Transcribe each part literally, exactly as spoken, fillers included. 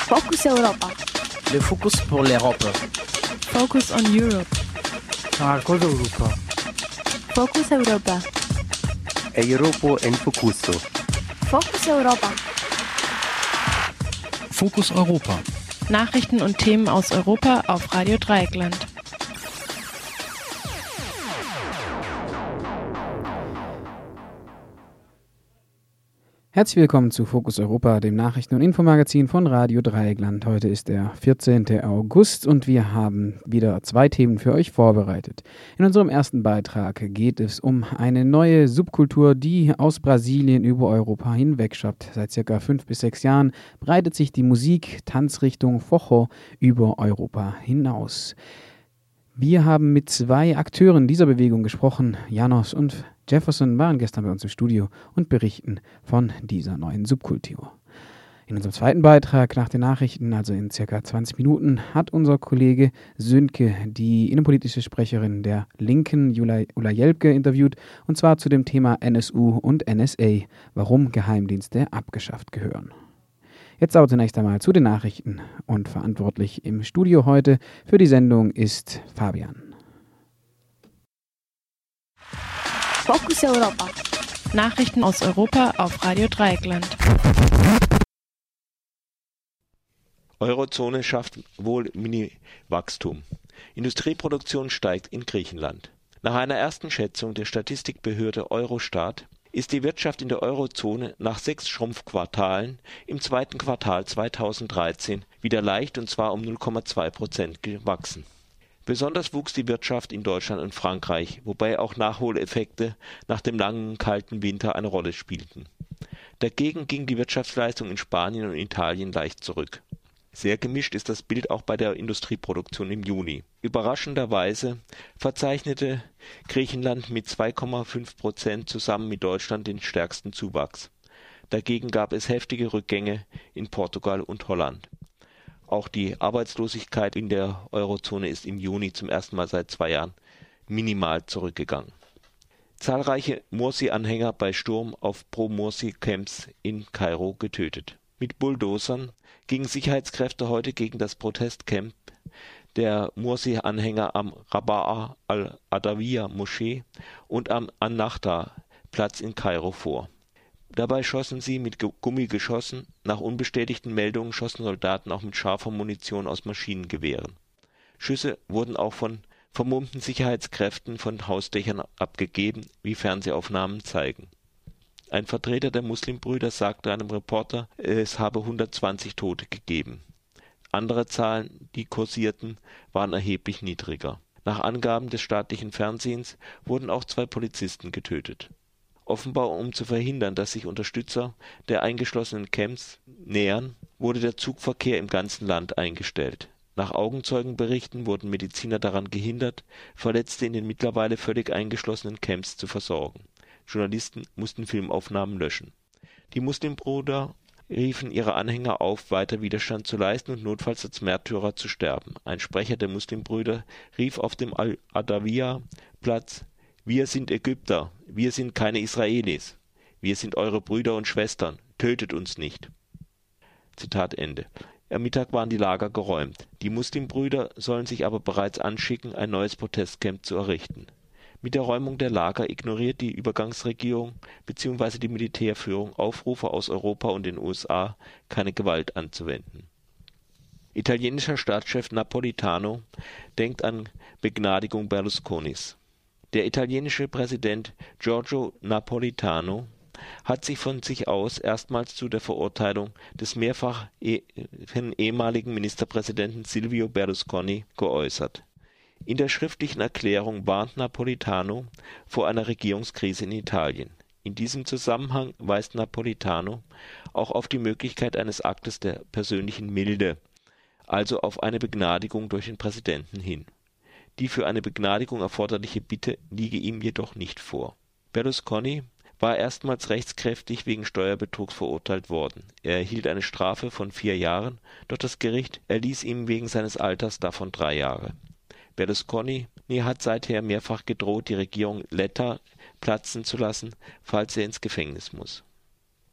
Focus Europa. Le Focus pour l'Europe. Focus on Europe. Marcos Europa. Focus Europa. Europa en Focuso. Focus Europa. Fokus Europa. Nachrichten und Themen aus Europa auf Radio Dreieckland. Herzlich willkommen zu Fokus Europa, dem Nachrichten- und Infomagazin von Radio Dreieckland. Heute ist der vierzehnten August und wir haben wieder zwei Themen für euch vorbereitet. In unserem ersten Beitrag geht es um eine neue Subkultur, die aus Brasilien über Europa hinwegschwappt. Seit circa fünf bis sechs Jahren breitet sich die Musik-Tanzrichtung Forró über Europa hinaus. Wir haben mit zwei Akteuren dieser Bewegung gesprochen. Janos und Jefferson waren gestern bei uns im Studio und berichten von dieser neuen Subkultur. In unserem zweiten Beitrag nach den Nachrichten, also in circa zwanzig Minuten, hat unser Kollege Sönke die innenpolitische Sprecherin der Linken, Ulla Jelpke, interviewt, und zwar zu dem Thema N S U und N S A, warum Geheimdienste abgeschafft gehören. Jetzt aber zunächst einmal zu den Nachrichten, und verantwortlich im Studio heute für die Sendung ist Fabian. Focus Europa. Nachrichten aus Europa auf Radio Dreieckland. Eurozone schafft wohl Mini-Wachstum. Industrieproduktion steigt in Griechenland. Nach einer ersten Schätzung der Statistikbehörde Eurostat ist die Wirtschaft in der Eurozone nach sechs Schrumpfquartalen im zweiten Quartal zweitausenddreizehn wieder leicht, und zwar um null Komma zwei Prozent gewachsen. Besonders wuchs die Wirtschaft in Deutschland und Frankreich, wobei auch Nachholeffekte nach dem langen, kalten Winter eine Rolle spielten. Dagegen ging die Wirtschaftsleistung in Spanien und Italien leicht zurück. Sehr gemischt ist das Bild auch bei der Industrieproduktion im Juni. Überraschenderweise verzeichnete Griechenland mit zwei Komma fünf Prozent zusammen mit Deutschland den stärksten Zuwachs. Dagegen gab es heftige Rückgänge in Portugal und Holland. Auch die Arbeitslosigkeit in der Eurozone ist im Juni zum ersten Mal seit zwei Jahren minimal zurückgegangen. Zahlreiche Morsi-Anhänger bei Sturm auf Pro-Morsi-Camps in Kairo getötet. Mit Bulldozern gingen Sicherheitskräfte heute gegen das Protestcamp der Morsi-Anhänger am Rabaa al-Adawiya-Moschee und am An-Nahda-Platz in Kairo vor. Dabei schossen sie mit Gummigeschossen. Nach unbestätigten Meldungen schossen Soldaten auch mit scharfer Munition aus Maschinengewehren. Schüsse wurden auch von vermummten Sicherheitskräften von Hausdächern abgegeben, wie Fernsehaufnahmen zeigen. Ein Vertreter der Muslimbrüder sagte einem Reporter, es habe hundertzwanzig Tote gegeben. Andere Zahlen, die kursierten, waren erheblich niedriger. Nach Angaben des staatlichen Fernsehens wurden auch zwei Polizisten getötet. Offenbar um zu verhindern, dass sich Unterstützer der eingeschlossenen Camps nähern, wurde der Zugverkehr im ganzen Land eingestellt. Nach Augenzeugenberichten wurden Mediziner daran gehindert, Verletzte in den mittlerweile völlig eingeschlossenen Camps zu versorgen. Journalisten mussten Filmaufnahmen löschen. Die Muslimbrüder riefen ihre Anhänger auf, weiter Widerstand zu leisten und notfalls als Märtyrer zu sterben. Ein Sprecher der Muslimbrüder rief auf dem Al-Adawiya-Platz: Wir sind Ägypter, wir sind keine Israelis, wir sind eure Brüder und Schwestern, tötet uns nicht. Zitat Ende. Am Mittag waren die Lager geräumt. Die Muslimbrüder sollen sich aber bereits anschicken, ein neues Protestcamp zu errichten. Mit der Räumung der Lager ignoriert die Übergangsregierung bzw. die Militärführung Aufrufe aus Europa und den U S A, keine Gewalt anzuwenden. Italienischer Staatschef Napolitano denkt an Begnadigung Berlusconis. Der italienische Präsident Giorgio Napolitano hat sich von sich aus erstmals zu der Verurteilung des mehrfach eh, ehemaligen Ministerpräsidenten Silvio Berlusconi geäußert. In der schriftlichen Erklärung warnt Napolitano vor einer Regierungskrise in Italien. In diesem Zusammenhang weist Napolitano auch auf die Möglichkeit eines Aktes der persönlichen Milde, also auf eine Begnadigung durch den Präsidenten hin. Die für eine Begnadigung erforderliche Bitte liege ihm jedoch nicht vor. Berlusconi war erstmals rechtskräftig wegen Steuerbetrugs verurteilt worden. Er erhielt eine Strafe von vier Jahren, doch das Gericht erließ ihm wegen seines Alters davon drei Jahre. Berlusconi hat seither mehrfach gedroht, die Regierung Letta platzen zu lassen, falls er ins Gefängnis muss.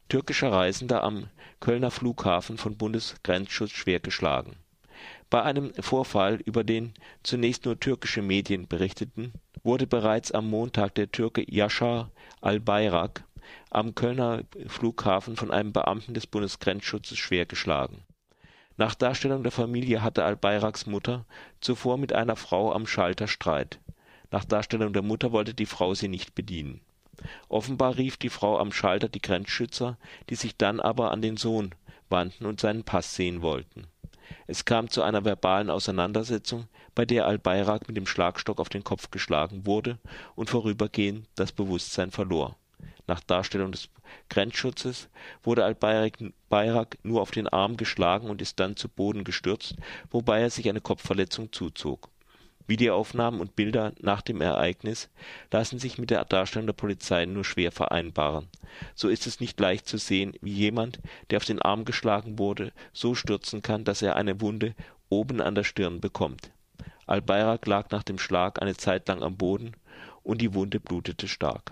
türkischer Reisender am Kölner Flughafen von Bundesgrenzschutz schwer geschlagen. Bei einem Vorfall, über den zunächst nur türkische Medien berichteten, wurde bereits am Montag der Türke Yaşar Albayrak am Kölner Flughafen von einem Beamten des Bundesgrenzschutzes schwer geschlagen. Nach Darstellung der Familie hatte Albayraks Mutter zuvor mit einer Frau am Schalter Streit. Nach Darstellung der Mutter wollte die Frau sie nicht bedienen. Offenbar rief die Frau am Schalter die Grenzschützer, die sich dann aber an den Sohn wandten und seinen Pass sehen wollten. Es kam zu einer verbalen Auseinandersetzung, bei der Albayrak mit dem Schlagstock auf den Kopf geschlagen wurde und vorübergehend das Bewusstsein verlor. Nach Darstellung des Grenzschutzes wurde Albayrak nur auf den Arm geschlagen und ist dann zu Boden gestürzt, wobei er sich eine Kopfverletzung zuzog. Videoaufnahmen und Bilder nach dem Ereignis lassen sich mit der Darstellung der Polizei nur schwer vereinbaren. So ist es nicht leicht zu sehen, wie jemand, der auf den Arm geschlagen wurde, so stürzen kann, dass er eine Wunde oben an der Stirn bekommt. Albayrak lag nach dem Schlag eine Zeit lang am Boden und die Wunde blutete stark.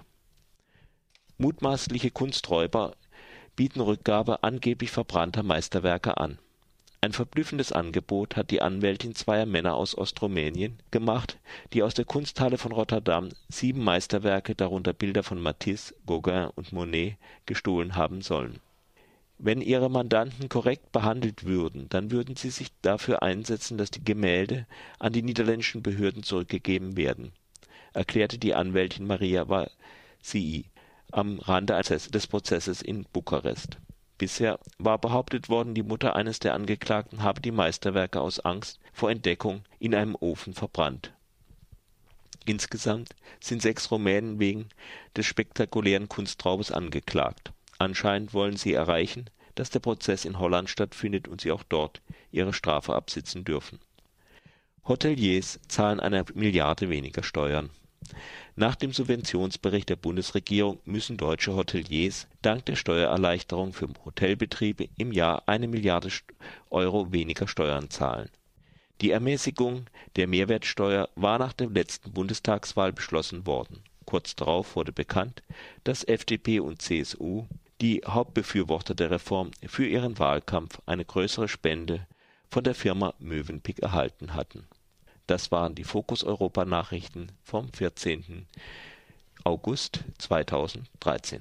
Mutmaßliche Kunsträuber bieten Rückgabe angeblich verbrannter Meisterwerke an. Ein verblüffendes Angebot hat die Anwältin zweier Männer aus Ostrumänien gemacht, die aus der Kunsthalle von Rotterdam sieben Meisterwerke, darunter Bilder von Matisse, Gauguin und Monet, gestohlen haben sollen. Wenn ihre Mandanten korrekt behandelt würden, dann würden sie sich dafür einsetzen, dass die Gemälde an die niederländischen Behörden zurückgegeben werden, erklärte die Anwältin Maria Vasii am Rande des Prozesses in Bukarest. Bisher war behauptet worden, die Mutter eines der Angeklagten habe die Meisterwerke aus Angst vor Entdeckung in einem Ofen verbrannt. Insgesamt sind sechs Rumänen wegen des spektakulären Kunstraubes angeklagt. Anscheinend wollen sie erreichen, dass der Prozess in Holland stattfindet und sie auch dort ihre Strafe absitzen dürfen. Hoteliers zahlen eine Milliarde weniger Steuern. Nach dem Subventionsbericht der Bundesregierung müssen deutsche Hoteliers dank der Steuererleichterung für Hotelbetriebe im Jahr eine Milliarde Euro weniger Steuern zahlen. Die Ermäßigung der Mehrwertsteuer war nach der letzten Bundestagswahl beschlossen worden. Kurz darauf wurde bekannt, dass F D P und C S U, die Hauptbefürworter der Reform, für ihren Wahlkampf eine größere Spende von der Firma Mövenpick erhalten hatten. Das waren die Fokus Europa Nachrichten vom vierzehnten August zweitausenddreizehn.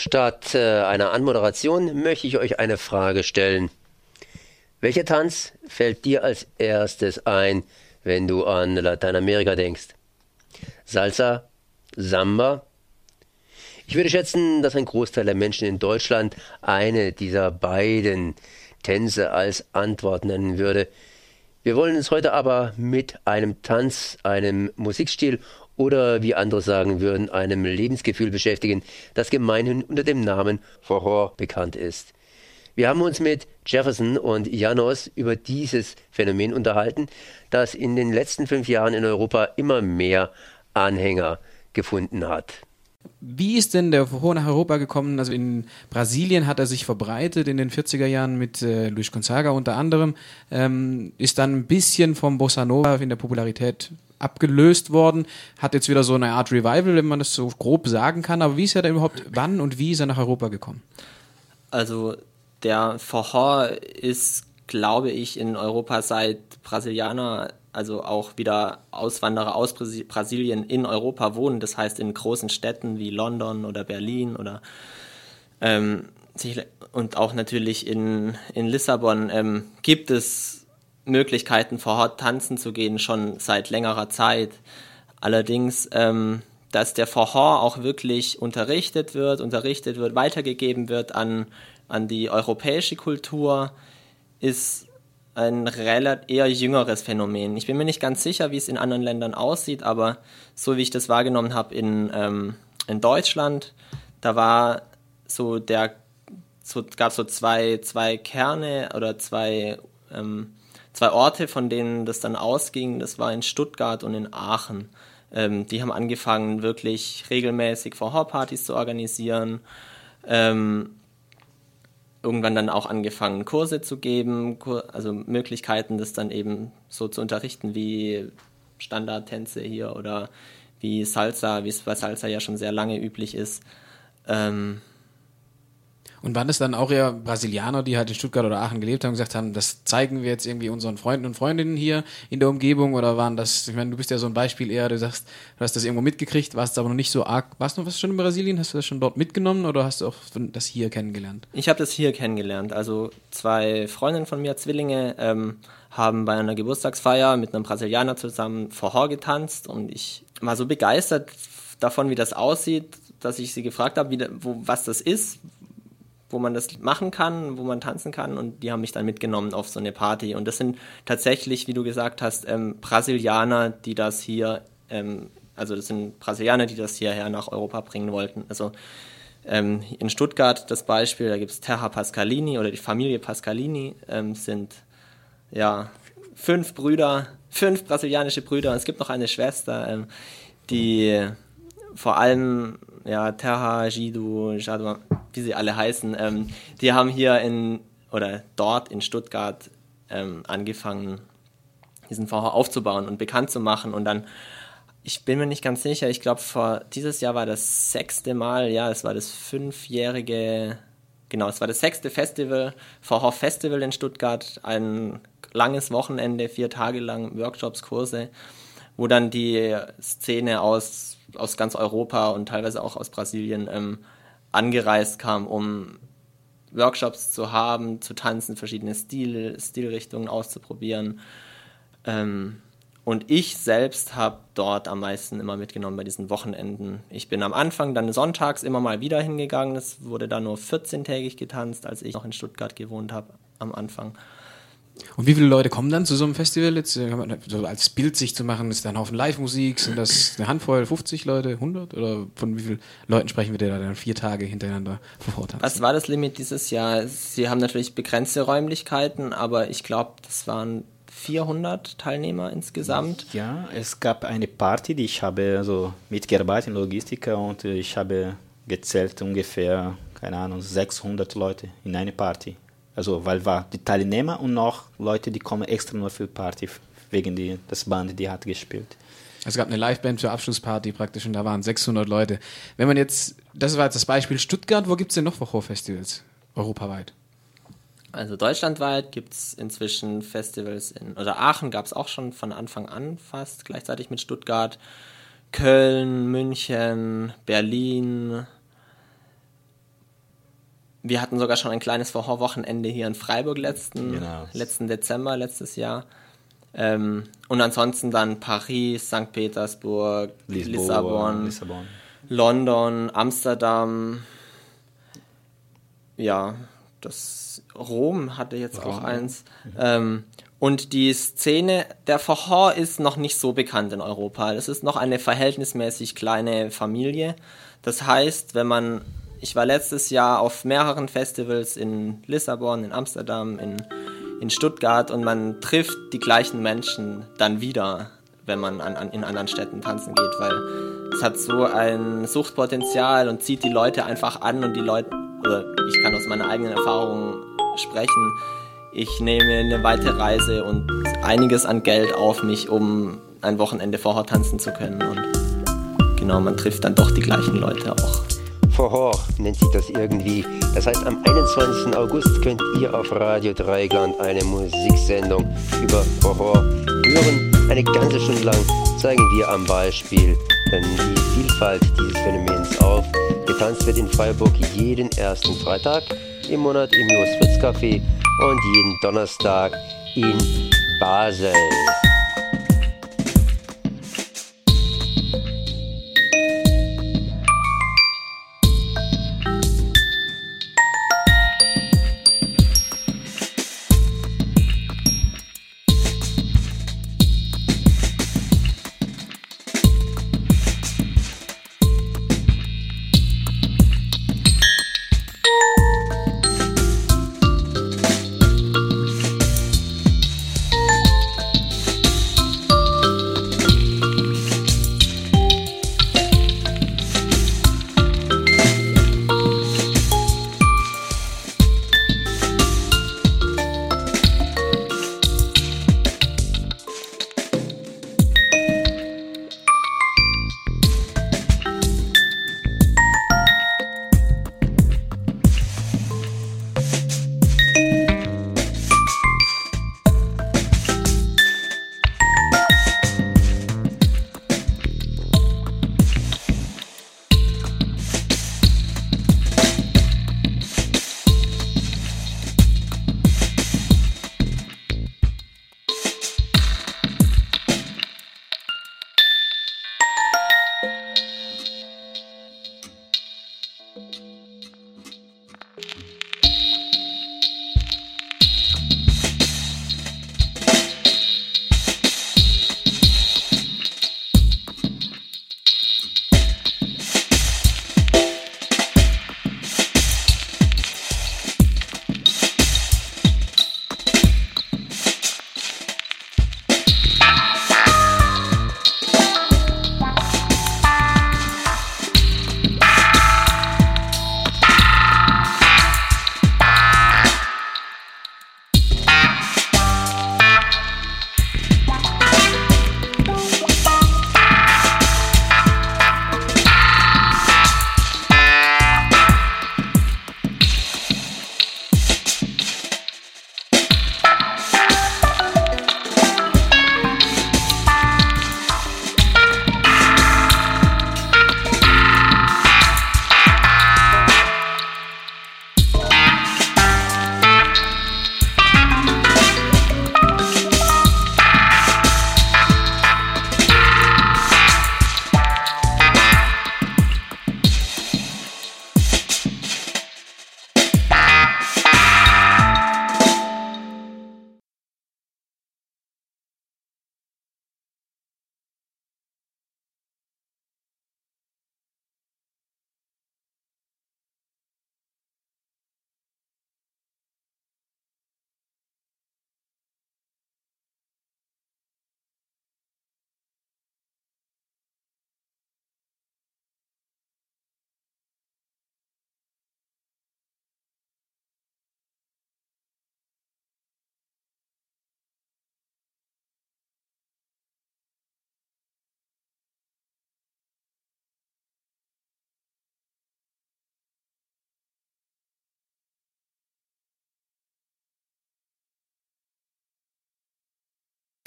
Statt äh, einer Anmoderation möchte ich euch eine Frage stellen. Welcher Tanz fällt dir als erstes ein, wenn du an Lateinamerika denkst? Salsa? Samba? Ich würde schätzen, dass ein Großteil der Menschen in Deutschland eine dieser beiden Tänze als Antwort nennen würde. Wir wollen uns heute aber mit einem Tanz, einem Musikstil oder wie andere sagen würden, einem Lebensgefühl beschäftigen, das gemeinhin unter dem Namen Forró bekannt ist. Wir haben uns mit Jefferson und Janos über dieses Phänomen unterhalten, das in den letzten fünf Jahren in Europa immer mehr Anhänger gefunden hat. Wie ist denn der Forró nach Europa gekommen? Also in Brasilien hat er sich verbreitet in den vierziger Jahren mit äh, Luis Gonzaga unter anderem, ähm, ist dann ein bisschen vom Bossa Nova in der Popularität abgelöst worden, hat jetzt wieder so eine Art Revival, wenn man das so grob sagen kann, aber wie ist er denn überhaupt, wann und wie ist er nach Europa gekommen? Also der Forró ist, glaube ich, in Europa seit Brasilianer, also auch wieder Auswanderer aus Brasilien in Europa wohnen, das heißt in großen Städten wie London oder Berlin oder ähm, und auch natürlich in, in Lissabon ähm, gibt es Möglichkeiten, vor Ort tanzen zu gehen, schon seit längerer Zeit. Allerdings, ähm, dass der Forró auch wirklich unterrichtet wird, unterrichtet wird, weitergegeben wird an, an die europäische Kultur, ist ein relativ eher jüngeres Phänomen. Ich bin mir nicht ganz sicher, wie es in anderen Ländern aussieht, aber so wie ich das wahrgenommen habe in, ähm, in Deutschland, da war so der, so gab es so zwei, zwei Kerne oder zwei, ähm, zwei Orte, von denen das dann ausging. Das war in Stuttgart und in Aachen. Ähm, die haben angefangen, wirklich regelmäßig Forró-Partys zu organisieren. Ähm, irgendwann dann auch angefangen, Kurse zu geben, also Möglichkeiten, das dann eben so zu unterrichten wie Standardtänze hier oder wie Salsa, wie es bei Salsa ja schon sehr lange üblich ist. Ähm Und waren es dann auch eher Brasilianer, die halt in Stuttgart oder Aachen gelebt haben und gesagt haben, das zeigen wir jetzt irgendwie unseren Freunden und Freundinnen hier in der Umgebung, oder waren das, ich meine, du bist ja so ein Beispiel eher, du sagst, du hast das irgendwo mitgekriegt, warst aber noch nicht so arg, warst du noch was schon in Brasilien, hast du das schon dort mitgenommen oder hast du auch das hier kennengelernt? Ich habe das hier kennengelernt, also zwei Freundinnen von mir, Zwillinge, ähm, haben bei einer Geburtstagsfeier mit einem Brasilianer zusammen Forró getanzt und ich war so begeistert davon, wie das aussieht, dass ich sie gefragt habe, wie, wo, was das ist, wo man das machen kann, wo man tanzen kann, und die haben mich dann mitgenommen auf so eine Party. Und das sind tatsächlich, wie du gesagt hast, ähm, Brasilianer, die das hier, ähm, also das sind Brasilianer, die das hierher nach Europa bringen wollten. Also ähm, in Stuttgart das Beispiel, da gibt es Terra Pascalini oder die Familie Pascalini, ähm, sind ja fünf Brüder, fünf brasilianische Brüder, und es gibt noch eine Schwester, ähm, die vor allem, ja, Terra, Gidu, Jadu, wie sie alle heißen, ähm, die haben hier in, oder dort in Stuttgart ähm, angefangen, diesen Forró aufzubauen und bekannt zu machen. Und dann, ich bin mir nicht ganz sicher, ich glaube, vor dieses Jahr war das sechste Mal, ja, es war das fünfjährige, genau, es war das sechste Festival, Forró Festival in Stuttgart, ein langes Wochenende, vier Tage lang Workshops, Kurse, wo dann die Szene aus, aus ganz Europa und teilweise auch aus Brasilien ähm, angereist kam, um Workshops zu haben, zu tanzen, verschiedene Stil, Stilrichtungen auszuprobieren. Ähm, und ich selbst habe dort am meisten immer mitgenommen bei diesen Wochenenden. Ich bin am Anfang dann sonntags immer mal wieder hingegangen. Es wurde dann nur vierzehntägig getanzt, als ich noch in Stuttgart gewohnt habe am Anfang. Und wie viele Leute kommen dann zu so einem Festival jetzt, so als Bild sich zu machen? Ist da ein Haufen Live-Musik? Sind das eine Handvoll, fünfzig Leute, hundert? Oder von wie vielen Leuten sprechen wir, die da dann vier Tage hintereinander vor Ort tanzen? Was war das Limit dieses Jahr? Sie haben natürlich begrenzte Räumlichkeiten, aber ich glaube, das waren vierhundert Teilnehmer insgesamt. Ja, es gab eine Party, die ich habe also mitgearbeitet in Logistik, und ich habe gezählt ungefähr, keine Ahnung, sechshundert Leute in eine Party. Also, weil war die Teilnehmer und noch Leute, die kommen extra nur für Party, wegen die, das Band, die hat gespielt. Es gab eine Liveband zur Abschlussparty praktisch und da waren sechshundert Leute. Wenn man jetzt, das war jetzt das Beispiel Stuttgart, wo gibt es denn noch Forró-Festivals europaweit? Also deutschlandweit gibt es inzwischen Festivals in, oder Aachen gab es auch schon von Anfang an fast, gleichzeitig mit Stuttgart, Köln, München, Berlin, wir hatten sogar schon ein kleines Verhör-Wochenende hier in Freiburg letzten, Genau. letzten Dezember, letztes Jahr. Ähm, und ansonsten dann Paris, Sankt Petersburg, Lisboa, Lissabon, Lissabon. London, Amsterdam. Ja, das Rom hatte jetzt Rom. auch eins. Ähm, und die Szene der Verhör ist noch nicht so bekannt in Europa. Es ist noch eine verhältnismäßig kleine Familie. Das heißt, wenn man, ich war letztes Jahr auf mehreren Festivals in Lissabon, in Amsterdam, in, in Stuttgart und man trifft die gleichen Menschen dann wieder, wenn man an, an, in anderen Städten tanzen geht, weil es hat so ein Suchtpotenzial und zieht die Leute einfach an und die Leute, oder ich kann aus meiner eigenen Erfahrung sprechen, ich nehme eine weite Reise und einiges an Geld auf mich, um ein Wochenende vorher tanzen zu können und genau, man trifft dann doch die gleichen Leute auch. Verhör nennt sich das irgendwie. Das heißt, am einundzwanzigsten August könnt ihr auf Radio Dreieckland eine Musiksendung über Verhör hören. Eine ganze Stunde lang zeigen wir am Beispiel dann die Vielfalt dieses Phänomens auf. Getanzt wird in Freiburg jeden ersten Freitag im Monat im Jos Fritz Café und jeden Donnerstag in Basel.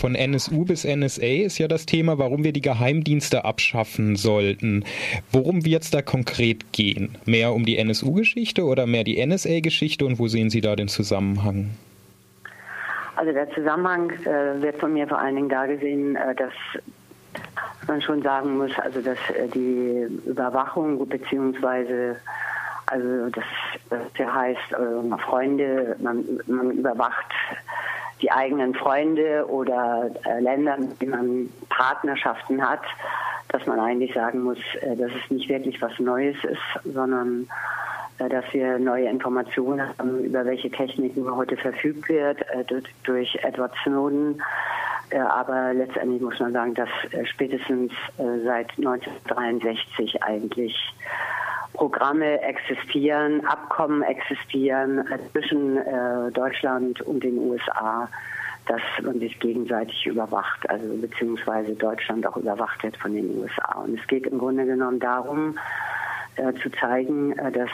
Von N S U bis N S A ist ja das Thema, warum wir die Geheimdienste abschaffen sollten. Worum wird es da konkret gehen? Mehr um die N S U-Geschichte oder mehr die N S A-Geschichte und wo sehen Sie da den Zusammenhang? Also der Zusammenhang äh, wird von mir vor allen Dingen da gesehen, äh, dass man schon sagen muss, also dass äh, die Überwachung beziehungsweise also das, das ja heißt äh, Freunde, man, man überwacht die eigenen Freunde oder äh, Länder, mit denen man Partnerschaften hat, dass man eigentlich sagen muss, äh, dass es nicht wirklich was Neues ist, sondern äh, dass wir neue Informationen haben, über welche Techniken heute verfügt wird äh, durch, durch Edward Snowden. Äh, aber letztendlich muss man sagen, dass äh, spätestens äh, seit neunzehnhundertdreiundsechzig eigentlich Programme existieren, Abkommen existieren zwischen äh, Deutschland und den U S A, dass man sich gegenseitig überwacht, also beziehungsweise Deutschland auch überwacht wird von den U S A. Und es geht im Grunde genommen darum, äh, zu zeigen, äh, dass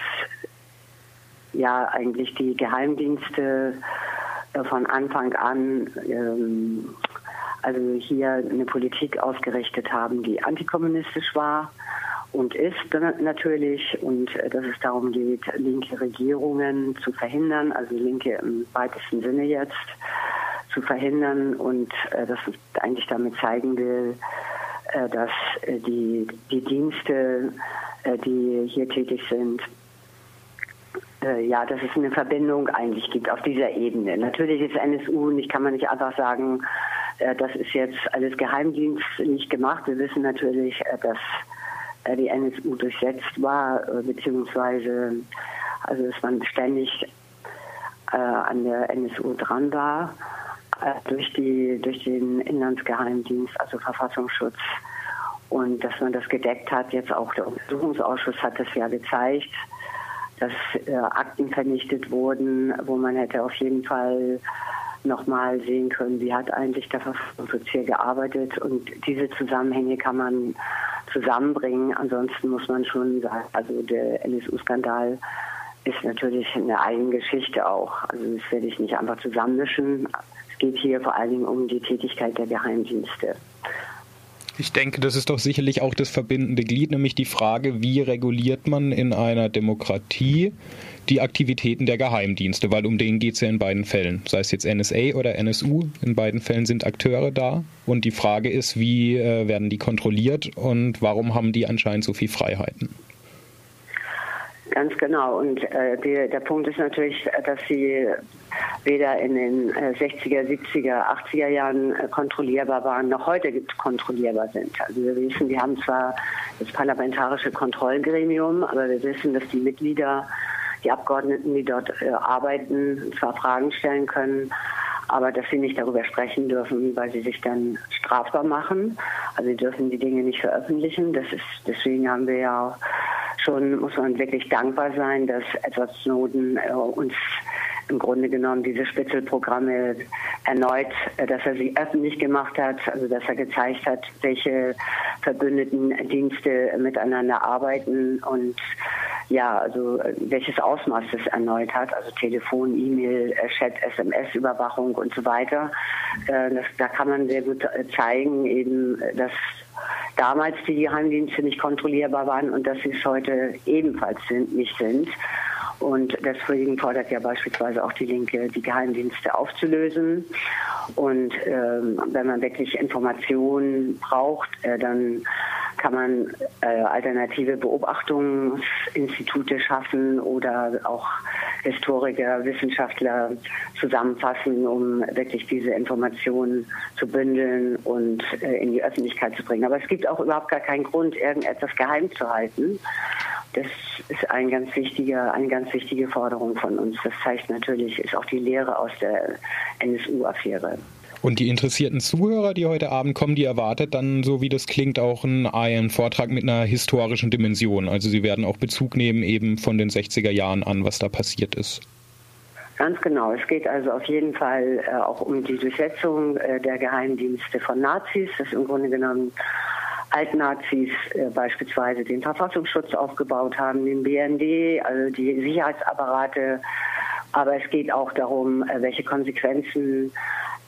ja eigentlich die Geheimdienste äh, von Anfang an ähm, also hier eine Politik ausgerichtet haben, die antikommunistisch war und ist natürlich, und äh, dass es darum geht, linke Regierungen zu verhindern, also linke im weitesten Sinne jetzt zu verhindern, und äh, dass es eigentlich damit zeigen will, äh, dass äh, die, die Dienste, äh, die hier tätig sind, äh, ja, dass es eine Verbindung eigentlich gibt auf dieser Ebene. Natürlich ist N S U, nicht kann man nicht einfach sagen, äh, das ist jetzt alles Geheimdienst nicht gemacht. Wir wissen natürlich, äh, dass die N S U durchsetzt war, beziehungsweise also dass man ständig äh, an der N S U dran war, äh, durch, die, durch den Inlandsgeheimdienst, also Verfassungsschutz, und dass man das gedeckt hat. Jetzt auch der Untersuchungsausschuss hat das ja gezeigt, dass äh, Akten vernichtet wurden, wo man hätte auf jeden Fall nochmal sehen können, wie hat eigentlich der Verfassungsschutz hier gearbeitet, und diese Zusammenhänge kann man zusammenbringen. Ansonsten muss man schon sagen, also der N S U-Skandal ist natürlich eine eigene Geschichte auch. Also das werde ich nicht einfach zusammenmischen. Es geht hier vor allen Dingen um die Tätigkeit der Geheimdienste. Ich denke, das ist doch sicherlich auch das verbindende Glied, nämlich die Frage, wie reguliert man in einer Demokratie die Aktivitäten der Geheimdienste, weil um den geht es ja in beiden Fällen, sei es jetzt N S A oder N S U, in beiden Fällen sind Akteure da, und die Frage ist, wie äh, werden die kontrolliert und warum haben die anscheinend so viel Freiheiten? Ganz genau, und äh, die, der Punkt ist natürlich, dass sie weder in den äh, sechziger, siebziger, achtziger Jahren äh, kontrollierbar waren, noch heute kontrollierbar sind. Also wir wissen, wir haben zwar das parlamentarische Kontrollgremium, aber wir wissen, dass die Mitglieder, die Abgeordneten, die dort äh, arbeiten, zwar Fragen stellen können, aber dass sie nicht darüber sprechen dürfen, weil sie sich dann strafbar machen. Also sie dürfen die Dinge nicht veröffentlichen. Das ist, deswegen haben wir ja schon, muss man wirklich dankbar sein, dass Edward Snowden äh, uns im Grunde genommen diese Spitzelprogramme erneut, äh, dass er sie öffentlich gemacht hat, also dass er gezeigt hat, welche verbündeten Dienste miteinander arbeiten und ja, also welches Ausmaß das erneut hat, also Telefon, E-Mail, Chat, S M S-Überwachung und so weiter. Äh, das, da kann man sehr gut zeigen, eben, dass damals die Geheimdienste nicht kontrollierbar waren und dass sie es heute ebenfalls sind, nicht sind. Und deswegen fordert ja beispielsweise auch die Linke, die Geheimdienste aufzulösen. Und ähm, wenn man wirklich Informationen braucht, äh, dann kann man äh, alternative Beobachtungsinstitute schaffen oder auch Historiker, Wissenschaftler zusammenfassen, um wirklich diese Informationen zu bündeln und äh, in die Öffentlichkeit zu bringen. Aber es gibt auch überhaupt gar keinen Grund, irgendetwas geheim zu halten. Das ist ein ganz wichtiger, eine ganz wichtige Forderung von uns. Das zeigt natürlich, ist auch die Lehre aus der N S U-Affäre. Und die interessierten Zuhörer, die heute Abend kommen, die erwartet dann, so wie das klingt, auch einen, einen Vortrag mit einer historischen Dimension. Also sie werden auch Bezug nehmen eben von den sechziger Jahren an, was da passiert ist. Ganz genau. Es geht also auf jeden Fall äh, auch um die Durchsetzung äh, der Geheimdienste von Nazis. Das ist im Grunde genommen Altnazis äh, beispielsweise den Verfassungsschutz aufgebaut haben, den B N D, also die Sicherheitsapparate. Aber es geht auch darum, äh, welche Konsequenzen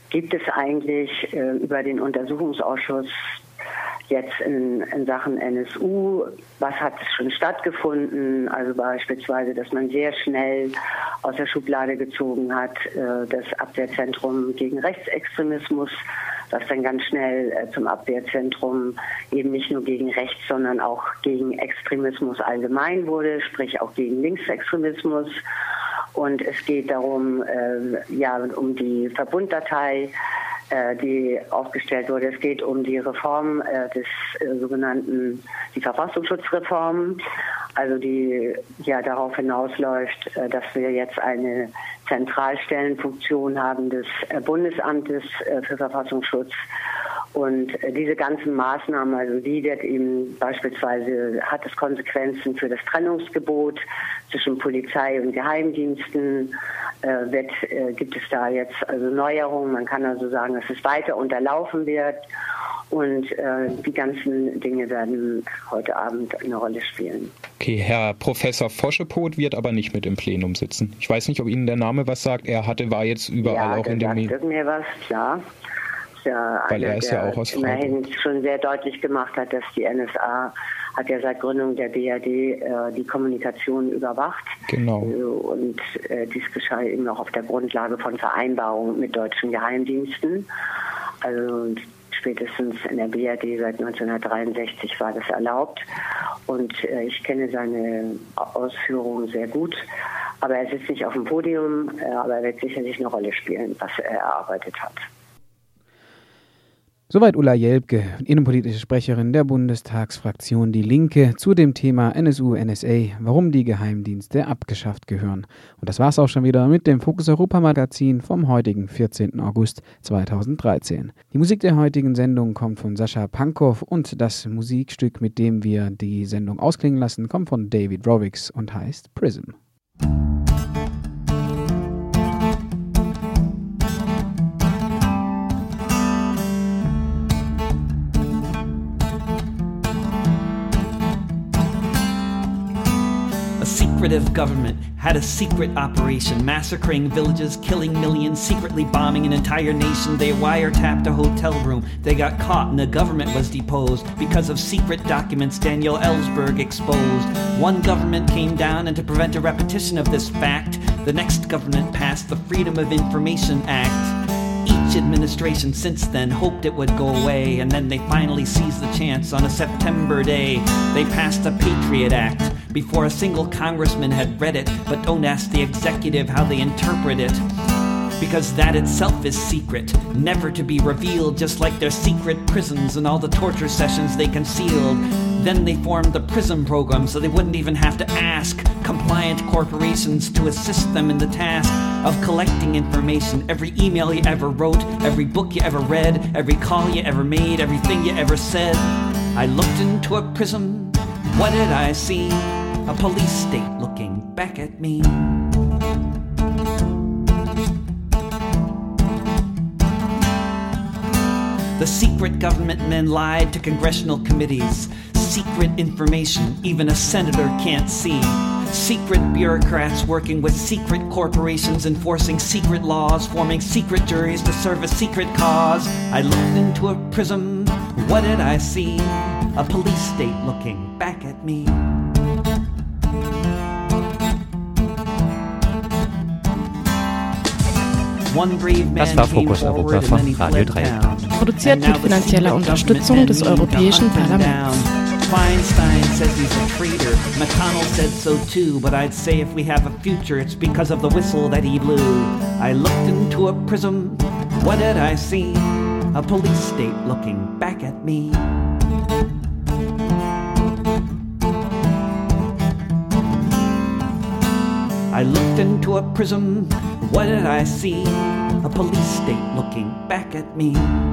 gibt es eigentlich äh, über den Untersuchungsausschuss jetzt in, in Sachen N S U, was hat schon stattgefunden? Also beispielsweise, dass man sehr schnell aus der Schublade gezogen hat, äh, das Abwehrzentrum gegen Rechtsextremismus, das dann ganz schnell äh, zum Abwehrzentrum eben nicht nur gegen Rechts, sondern auch gegen Extremismus allgemein wurde, sprich auch gegen Linksextremismus. Und es geht darum, äh, ja, um die Verbunddatei, äh, die aufgestellt wurde. Es geht um die Reform äh, des äh, sogenannten, die Verfassungsschutzreform, also die ja darauf hinausläuft, äh, dass wir jetzt eine Zentralstellenfunktion haben des äh, Bundesamtes äh, für Verfassungsschutz. Und äh, diese ganzen Maßnahmen, also die wird eben beispielsweise, hat es Konsequenzen für das Trennungsgebot zwischen Polizei und Geheimdiensten, äh, wird, äh, gibt es da jetzt also Neuerungen. Man kann also sagen, dass es weiter unterlaufen wird. Und äh, die ganzen Dinge werden heute Abend eine Rolle spielen. Okay, Herr Professor Foschepot wird aber nicht mit im Plenum sitzen. Ich weiß nicht, ob Ihnen der Name was sagt. Er hatte, war jetzt überall ja, auch in den Medien. Ja, sagt mir was, klar. Ja, Weil er einer, ist ja auch aus Freiburg. Immerhin schon sehr deutlich gemacht hat, dass die N S A hat ja seit Gründung der B R D äh, die Kommunikation überwacht. Genau. Äh, und äh, dies geschah eben auch auf der Grundlage von Vereinbarungen mit deutschen Geheimdiensten. Also spätestens in der B R D seit neunzehnhundertdreiundsechzig war das erlaubt. Und äh, ich kenne seine Ausführungen sehr gut. Aber er sitzt nicht auf dem Podium, äh, aber er wird sicherlich eine Rolle spielen, was er erarbeitet hat. Soweit Ulla Jelpke, innenpolitische Sprecherin der Bundestagsfraktion Die Linke, zu dem Thema N S U, N S A, warum die Geheimdienste abgeschafft gehören. Und das war's auch schon wieder mit dem Fokus Europa Magazin vom heutigen vierzehnten August zweitausenddreizehn. Die Musik der heutigen Sendung kommt von Sascha Pankow und das Musikstück, mit dem wir die Sendung ausklingen lassen, kommt von David Rovics und heißt Prism. Secretive government had a secret operation, massacring villages, killing millions, secretly bombing an entire nation. They wiretapped a hotel room. They got caught and the government was deposed because of secret documents Daniel Ellsberg exposed. One government came down, and to prevent a repetition of this fact, the next government passed the Freedom of Information Act. Each administration since then hoped it would go away, and then they finally seized the chance on a September day. They passed the Patriot Act before a single congressman had read it, but don't ask the executive how they interpret it, because that itself is secret, never to be revealed, just like their secret prisons and all the torture sessions they concealed. Then they formed the PRISM program so they wouldn't even have to ask compliant corporations to assist them in the task of collecting information. Every email you ever wrote, every book you ever read, every call you ever made, everything you ever said. I looked into a prism. What did I see? A police state looking back at me. The secret government men lied to congressional committees. Secret information even a senator can't see. Secret bureaucrats working with secret corporations, enforcing secret laws, forming secret juries to serve a secret cause. I looked into a prism. What did I see? A police state looking back at me. Das war Fokus Europa von Radio Dreieckland. Produziert mit finanzieller Unterstützung des Europäischen Parlaments. Feinstein says he's a traitor. McConnell said so too, but I'd say if we have a future, it's because of the whistle that he blew. I looked into a prism. What did I see? A police state looking back at me. I looked into a prism. What did I see? A police state looking back at me.